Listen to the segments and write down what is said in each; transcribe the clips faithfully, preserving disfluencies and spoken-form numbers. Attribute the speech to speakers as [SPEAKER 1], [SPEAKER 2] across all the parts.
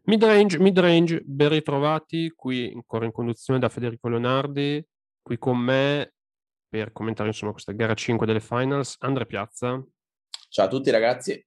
[SPEAKER 1] Mid-range, mid-range, ben ritrovati, qui ancora in conduzione da Federico Leonardi, qui con me per commentare insomma questa gara cinque delle finals, Andrea Piazza
[SPEAKER 2] Ciao a tutti ragazzi.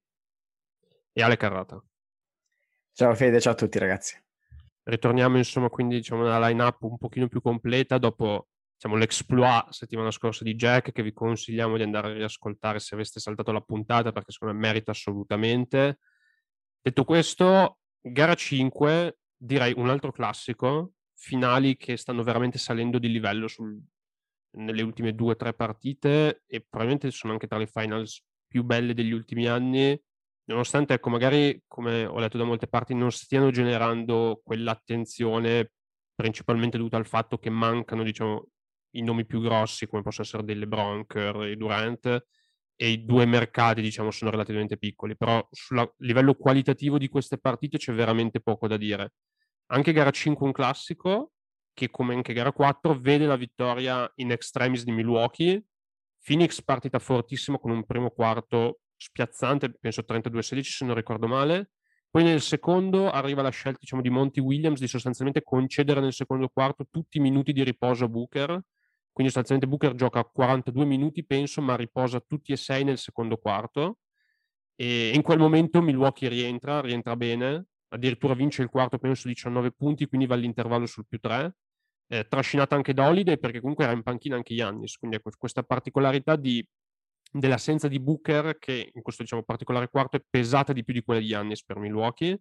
[SPEAKER 1] e Ale Carrata.
[SPEAKER 3] Ciao Fede, ciao a tutti ragazzi.
[SPEAKER 1] Ritorniamo insomma quindi diciamo una line-up un pochino più completa dopo diciamo, l'exploit settimana scorsa di Jack, che vi consigliamo di andare a riascoltare se aveste saltato la puntata, perché secondo me merita assolutamente. Detto questo, gara cinque, direi un altro classico, finali che stanno veramente salendo di livello sul, nelle ultime due o tre partite e probabilmente sono anche tra le finals più belle degli ultimi anni, nonostante, ecco, magari, come ho letto da molte parti, non stiano generando quell'attenzione principalmente dovuta al fatto che mancano, diciamo, i nomi più grossi, come possono essere delle LeBron, Curry e Durant, e i due mercati, diciamo, sono relativamente piccoli, però sul livello qualitativo di queste partite c'è veramente poco da dire. Anche gara cinque un classico, che come anche gara quattro vede la vittoria in extremis di Milwaukee. Phoenix partita fortissimo con un primo quarto spiazzante, penso trentadue a sedici se non ricordo male. Poi nel secondo arriva la scelta, diciamo, di Monty Williams di sostanzialmente concedere nel secondo quarto tutti i minuti di riposo a Booker. Quindi sostanzialmente Booker gioca quarantadue minuti, penso, ma riposa tutti e sei nel secondo quarto. E in quel momento Milwaukee rientra, rientra bene, addirittura vince il quarto, penso diciannove punti, quindi va all'intervallo sul più tre, eh, trascinata anche da Holiday perché comunque era in panchina anche Giannis, quindi ecco, questa particolarità di, dell'assenza di Booker che in questo diciamo particolare quarto è pesata di più di quella di Giannis per Milwaukee.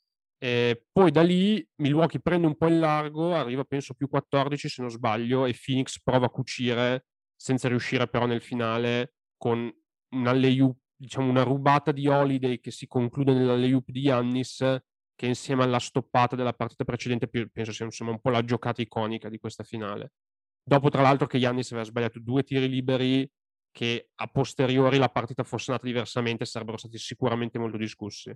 [SPEAKER 1] Eh, poi da lì Milwaukee prende un po' il largo, arriva penso più quattordici se non sbaglio, e Phoenix prova a cucire senza riuscire però nel finale con un alley-oop, diciamo una rubata di Holiday che si conclude nell'alley-oop di Giannis, che insieme alla stoppata della partita precedente penso sia insomma un po' la giocata iconica di questa finale. Dopo tra l'altro che Giannis aveva sbagliato due tiri liberi che a posteriori la partita fosse andata diversamente sarebbero stati sicuramente molto discussi.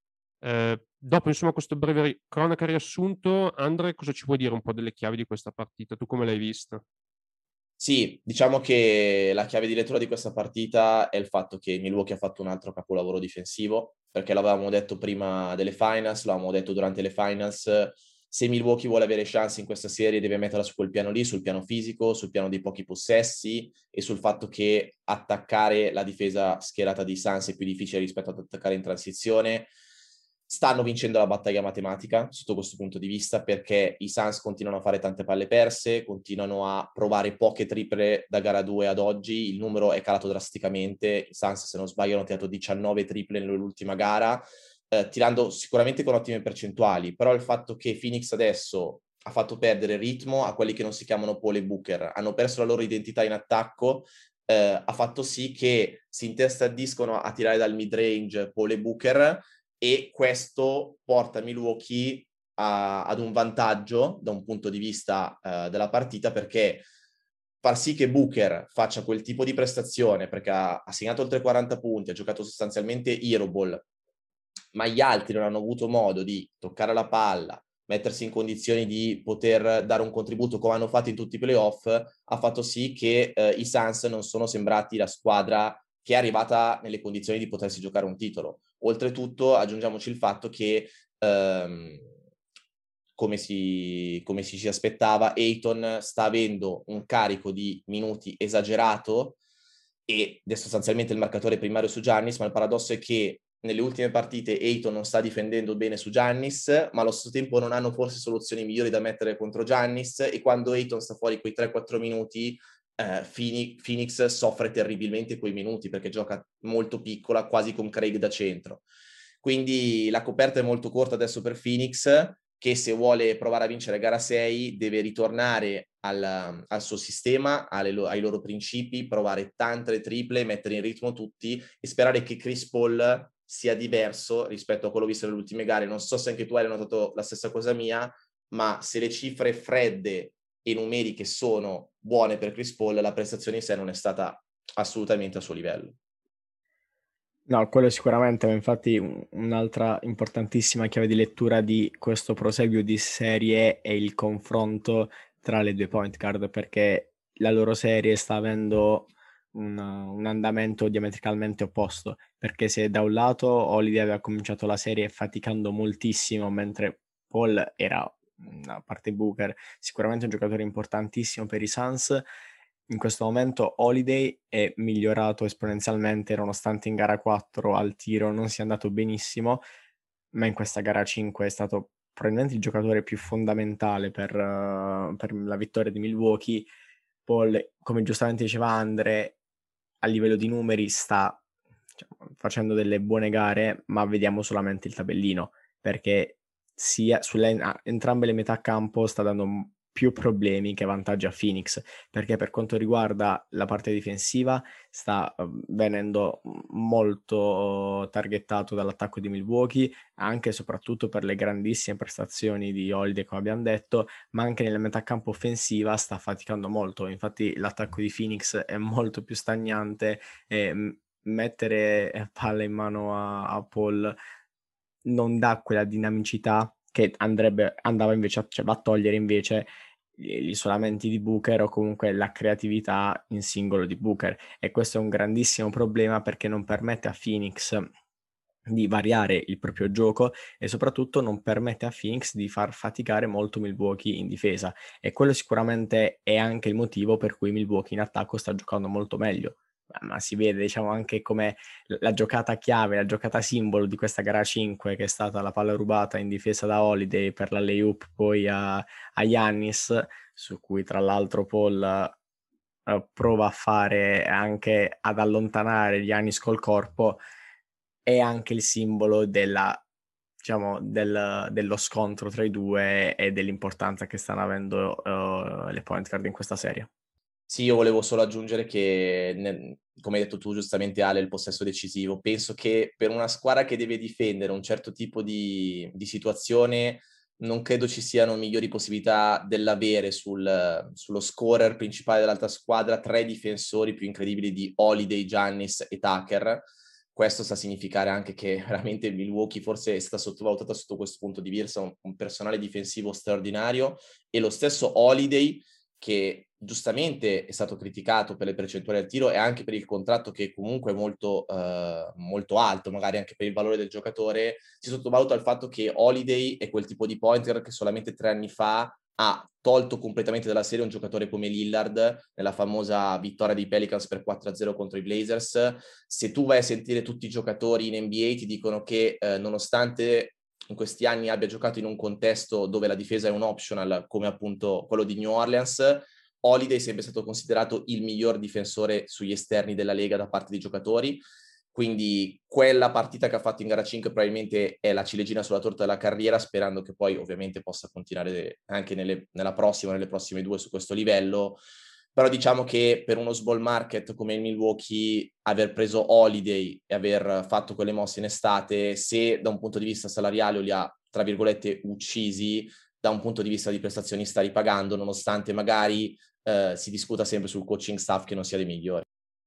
[SPEAKER 1] Eh, dopo insomma questo breve cronaca riassunto, Andre, cosa ci puoi dire un po' delle chiavi di questa partita? Tu come l'hai vista?
[SPEAKER 2] Sì, diciamo che la chiave di lettura di questa partita è il fatto che Milwaukee ha fatto un altro capolavoro difensivo, perché l'avevamo detto prima delle finals, l'avevamo detto durante le finals, se Milwaukee vuole avere chance in questa serie deve metterla su quel piano lì, sul piano fisico, sul piano dei pochi possessi e sul fatto che attaccare la difesa schierata di Suns è più difficile rispetto ad attaccare in transizione. Stanno vincendo la battaglia matematica sotto questo punto di vista perché i Suns continuano a fare tante palle perse, continuano a provare poche triple da gara due ad oggi, il numero è calato drasticamente, i Suns se non sbaglio hanno tirato diciannove triple nell'ultima gara, eh, tirando sicuramente con ottime percentuali, però il fatto che Phoenix adesso ha fatto perdere ritmo a quelli che non si chiamano Paul e Booker, hanno perso la loro identità in attacco, eh, ha fatto sì che si intestardiscono a tirare dal mid-range Paul e Booker e questo porta Milwaukee a, ad un vantaggio da un punto di vista uh, della partita perché far sì che Booker faccia quel tipo di prestazione perché ha, ha segnato oltre quaranta punti, ha giocato sostanzialmente Hero Ball, ma gli altri non hanno avuto modo di toccare la palla, mettersi in condizioni di poter dare un contributo come hanno fatto in tutti i playoff, ha fatto sì che eh, i Suns non sono sembrati la squadra che è arrivata nelle condizioni di potersi giocare un titolo. Oltretutto aggiungiamoci il fatto che ehm, come si, come si si aspettava, Ayton sta avendo un carico di minuti esagerato ed è sostanzialmente il marcatore primario su Giannis, ma il paradosso è che nelle ultime partite Ayton non sta difendendo bene su Giannis, ma allo stesso tempo non hanno forse soluzioni migliori da mettere contro Giannis e quando Ayton sta fuori quei tre quattro minuti eh, Phoenix soffre terribilmente quei minuti perché gioca molto piccola, quasi con Craig da centro. Quindi la coperta è molto corta adesso per Phoenix, che se vuole provare a vincere gara sei deve ritornare al, al suo sistema, alle, ai loro principi, provare tante triple, mettere in ritmo tutti e sperare che Chris Paul sia diverso rispetto a quello visto nelle ultime gare. Non so se anche tu hai notato la stessa cosa mia, ma se le cifre fredde e numeriche sono buone per Chris Paul, la prestazione in sé non è stata assolutamente a suo livello.
[SPEAKER 3] No, quello sicuramente, ma infatti un'altra importantissima chiave di lettura di questo proseguio di serie è il confronto tra le due point guard, perché la loro serie sta avendo un, un andamento diametricalmente opposto, perché se da un lato Holiday aveva cominciato la serie faticando moltissimo, mentre Paul era, a parte Booker, sicuramente un giocatore importantissimo per i Suns, in questo momento Holiday è migliorato esponenzialmente, nonostante in gara quattro al tiro non sia andato benissimo, ma in questa gara cinque è stato probabilmente il giocatore più fondamentale per, uh, per la vittoria di Milwaukee. Paul, come giustamente diceva Andre, a livello di numeri sta, diciamo, facendo delle buone gare, ma vediamo solamente il tabellino, perché sia sulle ah, entrambe le metà campo sta dando più problemi che vantaggi a Phoenix, perché per quanto riguarda la parte difensiva sta uh, venendo molto uh, targettato dall'attacco di Milwaukee, anche e soprattutto per le grandissime prestazioni di Holiday, come abbiamo detto, ma anche nella metà campo offensiva sta faticando molto. Infatti l'attacco di Phoenix è molto più stagnante e m- mettere palla in mano a, a Paul non dà quella dinamicità che andrebbe, andava invece a, cioè, a togliere invece gli isolamenti di Booker o comunque la creatività in singolo di Booker, e questo è un grandissimo problema perché non permette a Phoenix di variare il proprio gioco e soprattutto non permette a Phoenix di far faticare molto Milwaukee in difesa, e quello sicuramente è anche il motivo per cui Milwaukee in attacco sta giocando molto meglio. Ma si vede, diciamo, anche come la giocata chiave, la giocata simbolo di questa gara cinque, che è stata la palla rubata in difesa da Holiday per la layup poi a, a Giannis, su cui tra l'altro Paul uh, prova a fare anche ad allontanare Giannis col corpo, è anche il simbolo della, diciamo, del, dello scontro tra i due e dell'importanza che stanno avendo uh, le point guard in questa serie.
[SPEAKER 2] Sì, io volevo solo aggiungere che, ne, come hai detto tu giustamente Ale, il possesso decisivo. Penso che per una squadra che deve difendere un certo tipo di, di situazione, non credo ci siano migliori possibilità dell'avere sul, sullo scorer principale dell'altra squadra tre difensori più incredibili di Holiday, Giannis e Tucker. Questo sta a significare anche che veramente Milwaukee forse è stata sottovalutata sotto questo punto di vista, un, un personale difensivo straordinario, e lo stesso Holiday, che giustamente è stato criticato per le percentuali al tiro e anche per il contratto che comunque è molto, eh, molto alto, magari anche per il valore del giocatore, si sottovaluta il fatto che Holiday è quel tipo di pointer che solamente tre anni fa ha tolto completamente dalla serie un giocatore come Lillard nella famosa vittoria dei Pelicans per quattro a zero contro i Blazers. Se tu vai a sentire tutti i giocatori in N B A ti dicono che eh, nonostante in questi anni abbia giocato in un contesto dove la difesa è un optional, come appunto quello di New Orleans, Holiday è sempre stato considerato il miglior difensore sugli esterni della Lega da parte dei giocatori. Quindi quella partita che ha fatto in gara cinque probabilmente è la ciliegina sulla torta della carriera, sperando che poi ovviamente possa continuare anche nelle, nella prossima, nelle prossime due su questo livello. Però diciamo che per uno small market come il Milwaukee, aver preso Holiday e aver fatto quelle mosse in estate, se da un punto di vista salariale li ha, tra virgolette, uccisi, da un punto di vista di prestazioni sta ripagando, nonostante magari eh, si discuta sempre sul coaching staff che non sia dei migliori.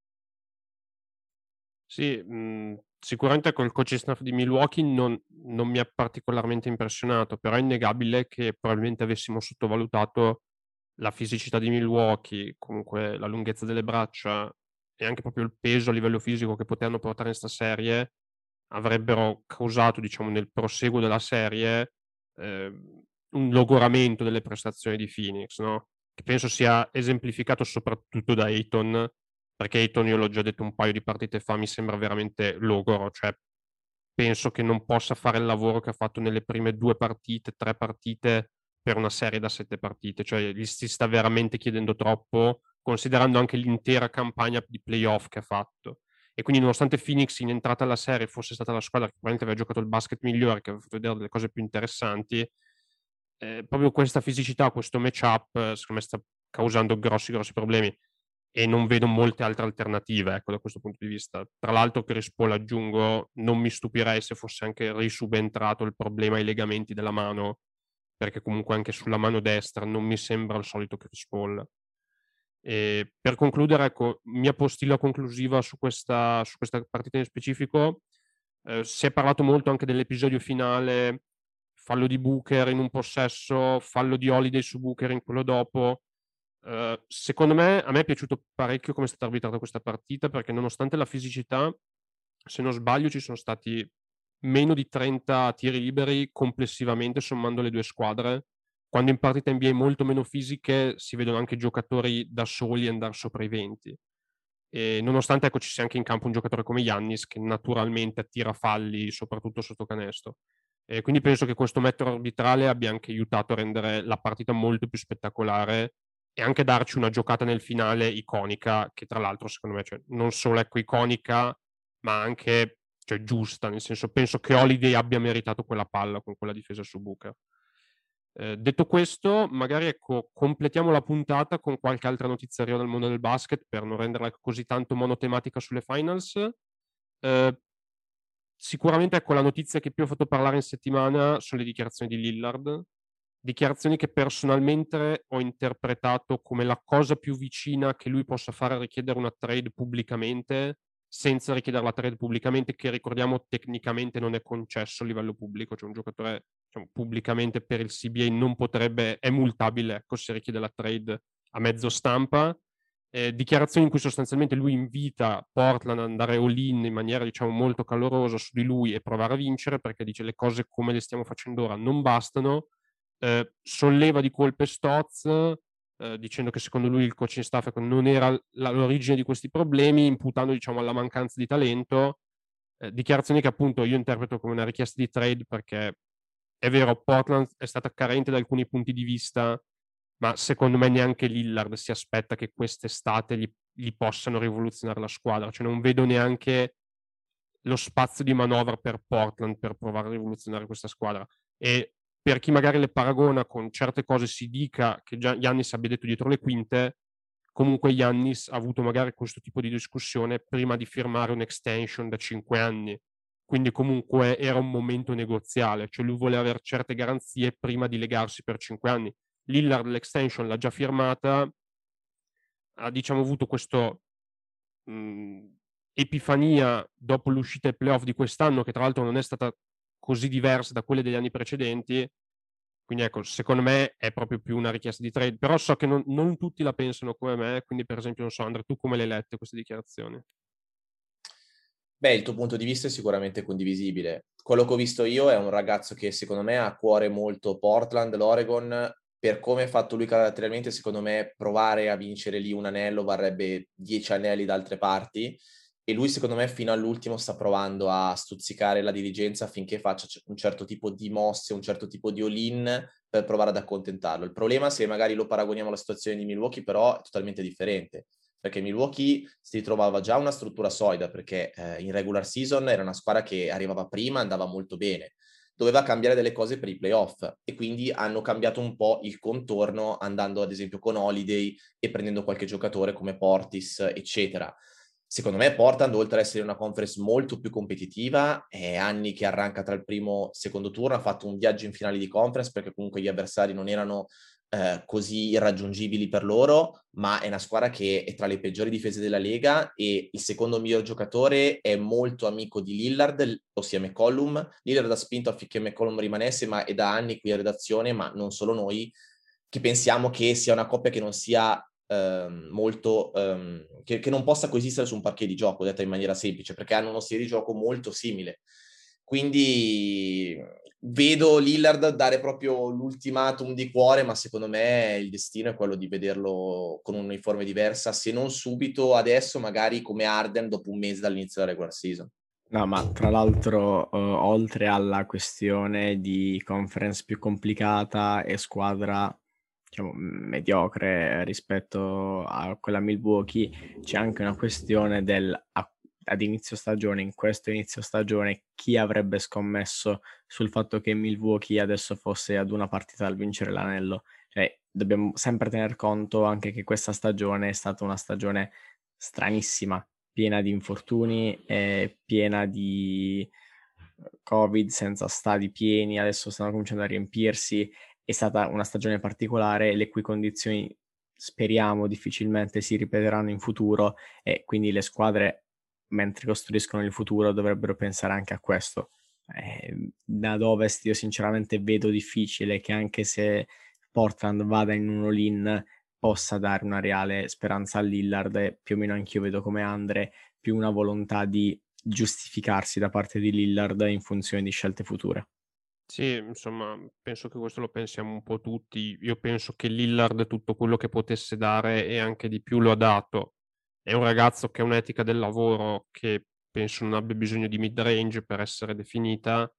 [SPEAKER 1] Sì, mh, sicuramente col coaching staff di Milwaukee non, non mi ha particolarmente impressionato, però è innegabile che probabilmente avessimo sottovalutato la fisicità di Milwaukee, comunque la lunghezza delle braccia e anche proprio il peso a livello fisico che potevano portare in sta serie, avrebbero causato, diciamo, nel proseguo della serie eh, un logoramento delle prestazioni di Phoenix, no? Che penso sia esemplificato soprattutto da Ayton, perché Ayton, io l'ho già detto un paio di partite fa, mi sembra veramente logoro, cioè penso che non possa fare il lavoro che ha fatto nelle prime due partite, tre partite per una serie da sette partite, cioè gli si sta veramente chiedendo troppo, considerando anche l'intera campagna di playoff che ha fatto. E quindi nonostante Phoenix in entrata alla serie fosse stata la squadra che probabilmente aveva giocato il basket migliore, che aveva fatto vedere delle cose più interessanti, eh, proprio questa fisicità, questo matchup, eh, secondo me sta causando grossi grossi problemi e non vedo molte altre alternative, ecco, da questo punto di vista. Tra l'altro Chris Paul, aggiungo, non mi stupirei se fosse anche risubentrato il problema ai legamenti della mano, perché comunque anche sulla mano destra non mi sembra il solito Chris Paul. E per concludere, ecco, mia postilla conclusiva su questa, su questa partita in specifico, eh, si è parlato molto anche dell'episodio finale, fallo di Booker in un possesso, fallo di Holiday su Booker in quello dopo. Uh, secondo me, a me è piaciuto parecchio come è stata arbitrata questa partita, perché nonostante la fisicità, se non sbaglio ci sono stati meno di trenta tiri liberi complessivamente sommando le due squadre, quando in partite N B A molto meno fisiche si vedono anche giocatori da soli andare sopra i venti. E nonostante ecco, ci sia anche in campo un giocatore come Giannis che naturalmente attira falli soprattutto sotto canestro, e quindi penso che questo metodo arbitrale abbia anche aiutato a rendere la partita molto più spettacolare e anche darci una giocata nel finale iconica, che tra l'altro secondo me cioè, non solo ecco iconica ma anche cioè, giusta, nel senso penso che Holiday abbia meritato quella palla con quella difesa su Booker. Eh, detto questo, magari ecco, completiamo la puntata con qualche altra notizia arriva dal mondo del basket per non renderla così tanto monotematica sulle finals. Eh, sicuramente ecco, la notizia che più ha fatto parlare in settimana sono le dichiarazioni di Lillard, dichiarazioni che personalmente ho interpretato come la cosa più vicina che lui possa fare a richiedere una trade pubblicamente, senza richiedere la trade pubblicamente, che ricordiamo tecnicamente non è concesso a livello pubblico, cioè un giocatore diciamo, pubblicamente per il C B A non potrebbe, è multabile ecco, se richiede la trade a mezzo stampa. Eh, dichiarazioni in cui sostanzialmente lui invita Portland ad andare all-in in maniera diciamo molto calorosa su di lui e provare a vincere, perché dice le cose come le stiamo facendo ora non bastano. Eh, solleva di colpe Stotz, eh, dicendo che secondo lui il coaching staff non era la, l'origine di questi problemi, imputando diciamo alla mancanza di talento. Eh, dichiarazioni che appunto io interpreto come una richiesta di trade, perché è vero, Portland è stata carente da alcuni punti di vista, ma secondo me neanche Lillard si aspetta che quest'estate gli, gli possano rivoluzionare la squadra, cioè non vedo neanche lo spazio di manovra per Portland per provare a rivoluzionare questa squadra. E per chi magari le paragona con certe cose si dica che già Giannis abbia detto dietro le quinte, comunque Giannis ha avuto magari questo tipo di discussione prima di firmare un'extension da cinque anni, quindi comunque era un momento negoziale, cioè lui voleva avere certe garanzie prima di legarsi per cinque anni. Lillard l'extension l'ha già firmata, ha diciamo avuto questo mh, epifania dopo l'uscita ai playoff di quest'anno, che tra l'altro non è stata così diversa da quelle degli anni precedenti. Quindi ecco, secondo me è proprio più una richiesta di trade, però so che non, non tutti la pensano come me, quindi per esempio non so, Andrea, tu come le hai lette queste dichiarazioni?
[SPEAKER 2] Beh, il tuo punto di vista è sicuramente condivisibile. Quello che ho visto io è un ragazzo che secondo me ha a cuore molto Portland, l'Oregon. Per come è fatto lui caratterialmente, secondo me provare a vincere lì un anello varrebbe dieci anelli da altre parti. E lui, secondo me, fino all'ultimo sta provando a stuzzicare la dirigenza affinché faccia un certo tipo di mosse, un certo tipo di all-in per provare ad accontentarlo. Il problema, se magari lo paragoniamo alla situazione di Milwaukee, però è totalmente differente, perché Milwaukee si trovava già una struttura solida, perché eh, in regular season era una squadra che arrivava prima, andava molto bene, doveva cambiare delle cose per i playoff e quindi hanno cambiato un po' il contorno andando ad esempio con Holiday e prendendo qualche giocatore come Portis, eccetera. Secondo me Portland, oltre ad essere una conference molto più competitiva, è anni che arranca tra il primo e il secondo turno, ha fatto un viaggio in finale di conference perché comunque gli avversari non erano eh, così irraggiungibili per loro, ma è una squadra che è tra le peggiori difese della Lega e il secondo miglior giocatore è molto amico di Lillard, ossia McCollum. Lillard ha spinto affinché McCollum rimanesse, ma è da anni qui in redazione, ma non solo noi, che pensiamo che sia una coppia che non sia ehm, molto ehm, che, che non possa coesistere su un parquet di gioco, detta in maniera semplice, perché hanno uno stile di gioco molto simile. Quindi vedo Lillard dare proprio l'ultimatum di cuore, ma secondo me il destino è quello di vederlo con un'uniforme diversa, se non subito adesso, magari come Harden dopo un mese dall'inizio della regular season.
[SPEAKER 3] No, ma tra l'altro, uh, oltre alla questione di conference più complicata e squadra, diciamo, mediocre rispetto a quella Milwaukee, c'è anche una questione del a, ad inizio stagione, in questo inizio stagione, chi avrebbe scommesso sul fatto che Milwaukee adesso fosse ad una partita dal vincere l'anello? Cioè, dobbiamo sempre tener conto anche che questa stagione è stata una stagione stranissima, piena di infortuni, e piena di Covid, senza stadi pieni, adesso stanno cominciando a riempirsi, è stata una stagione particolare, le cui condizioni speriamo difficilmente si ripeteranno in futuro e quindi le squadre, mentre costruiscono il futuro, dovrebbero pensare anche a questo. Eh, da Ovest io sinceramente vedo difficile che anche se Portland vada in un all-in, possa dare una reale speranza a Lillard, e più o meno anch'io vedo come Andre più una volontà di giustificarsi da parte di Lillard in funzione di scelte future.
[SPEAKER 1] Sì, insomma, penso che questo lo pensiamo un po' tutti. Io penso che Lillard tutto quello che potesse dare e anche di più lo ha dato. È un ragazzo che ha un'etica del lavoro che penso non abbia bisogno di mid-range per essere definita,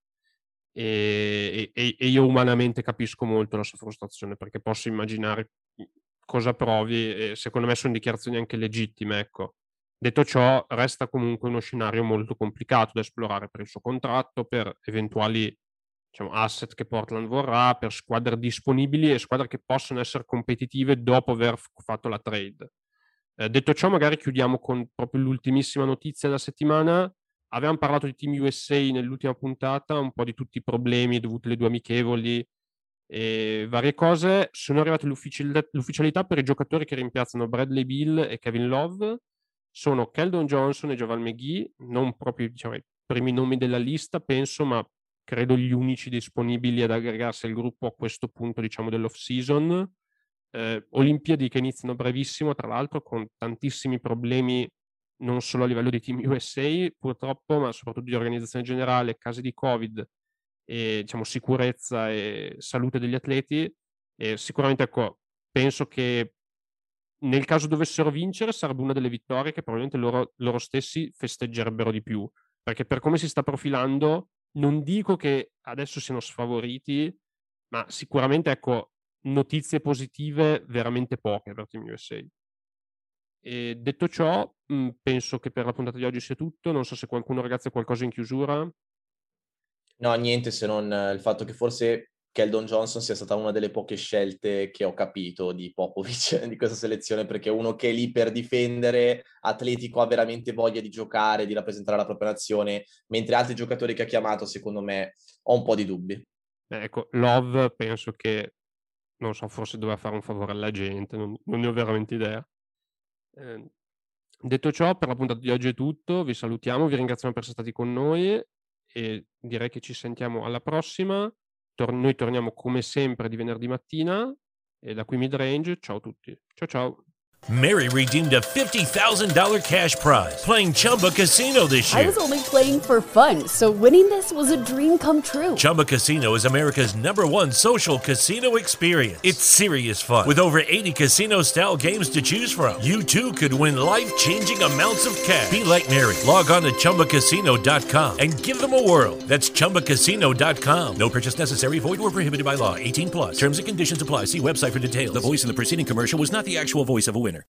[SPEAKER 1] e, e, e io umanamente capisco molto la sua frustrazione, perché posso immaginare cosa provi, e secondo me sono dichiarazioni anche legittime, ecco. Detto ciò, resta comunque uno scenario molto complicato da esplorare per il suo contratto, per eventuali, diciamo, asset che Portland vorrà, per squadre disponibili e squadre che possono essere competitive dopo aver f- fatto la trade. Eh, detto ciò, magari chiudiamo con proprio l'ultimissima notizia della settimana. Avevamo parlato di Team U S A nell'ultima puntata, un po' di tutti i problemi dovuti alle due amichevoli e varie cose. Sono arrivate l'ufficialità, l'ufficialità per i giocatori che rimpiazzano Bradley Beal e Kevin Love. Sono Keldon Johnson e Javal McGee, non proprio, diciamo, i primi nomi della lista, penso, ma credo gli unici disponibili ad aggregarsi al gruppo a questo punto, diciamo, dell'off-season. Eh, Olimpiadi che iniziano brevissimo, tra l'altro, con tantissimi problemi non solo a livello di Team U S A, purtroppo, ma soprattutto di organizzazione generale, casi di Covid e, diciamo, sicurezza e salute degli atleti. E sicuramente, ecco, penso che nel caso dovessero vincere sarebbe una delle vittorie che probabilmente loro, loro stessi festeggerebbero di più, perché per come si sta profilando non dico che adesso siano sfavoriti, ma sicuramente, ecco, notizie positive veramente poche per Team U S A. E detto ciò, mh, penso che per la puntata di oggi sia tutto. Non so se qualcuno, ragazzi, ha qualcosa in chiusura.
[SPEAKER 2] No, niente, se non eh, il fatto che forse Keldon Johnson sia stata una delle poche scelte che ho capito di Popovic di questa selezione, perché uno che è lì per difendere, atletico, ha veramente voglia di giocare, di rappresentare la propria nazione, mentre altri giocatori che ha chiamato, secondo me, ho un po' di dubbi.
[SPEAKER 1] Eh, ecco, Love penso che, non so, forse doveva fare un favore alla gente, non, non ne ho veramente idea. Eh, detto ciò, per la puntata di oggi è tutto, vi salutiamo, vi ringraziamo per essere stati con noi e direi che ci sentiamo alla prossima. Tor- noi torniamo come sempre di venerdì mattina e da qui Midrange. Ciao a tutti. Ciao ciao.
[SPEAKER 4] Mary redeemed a fifty thousand dollars cash prize playing Chumba Casino this year.
[SPEAKER 5] I was only playing for fun, so winning this was a dream come true.
[SPEAKER 4] Chumba Casino is America's number one social casino experience. It's serious fun. With over eighty casino-style games to choose from, you too could win life-changing amounts of cash. Be like Mary. Log on to Chumba Casino dot com and give them a whirl. That's Chumba Casino dot com. No purchase necessary. Void or prohibited by law. eighteen plus. Terms and conditions apply. See website for details. The voice in the preceding commercial was not the actual voice of a winner.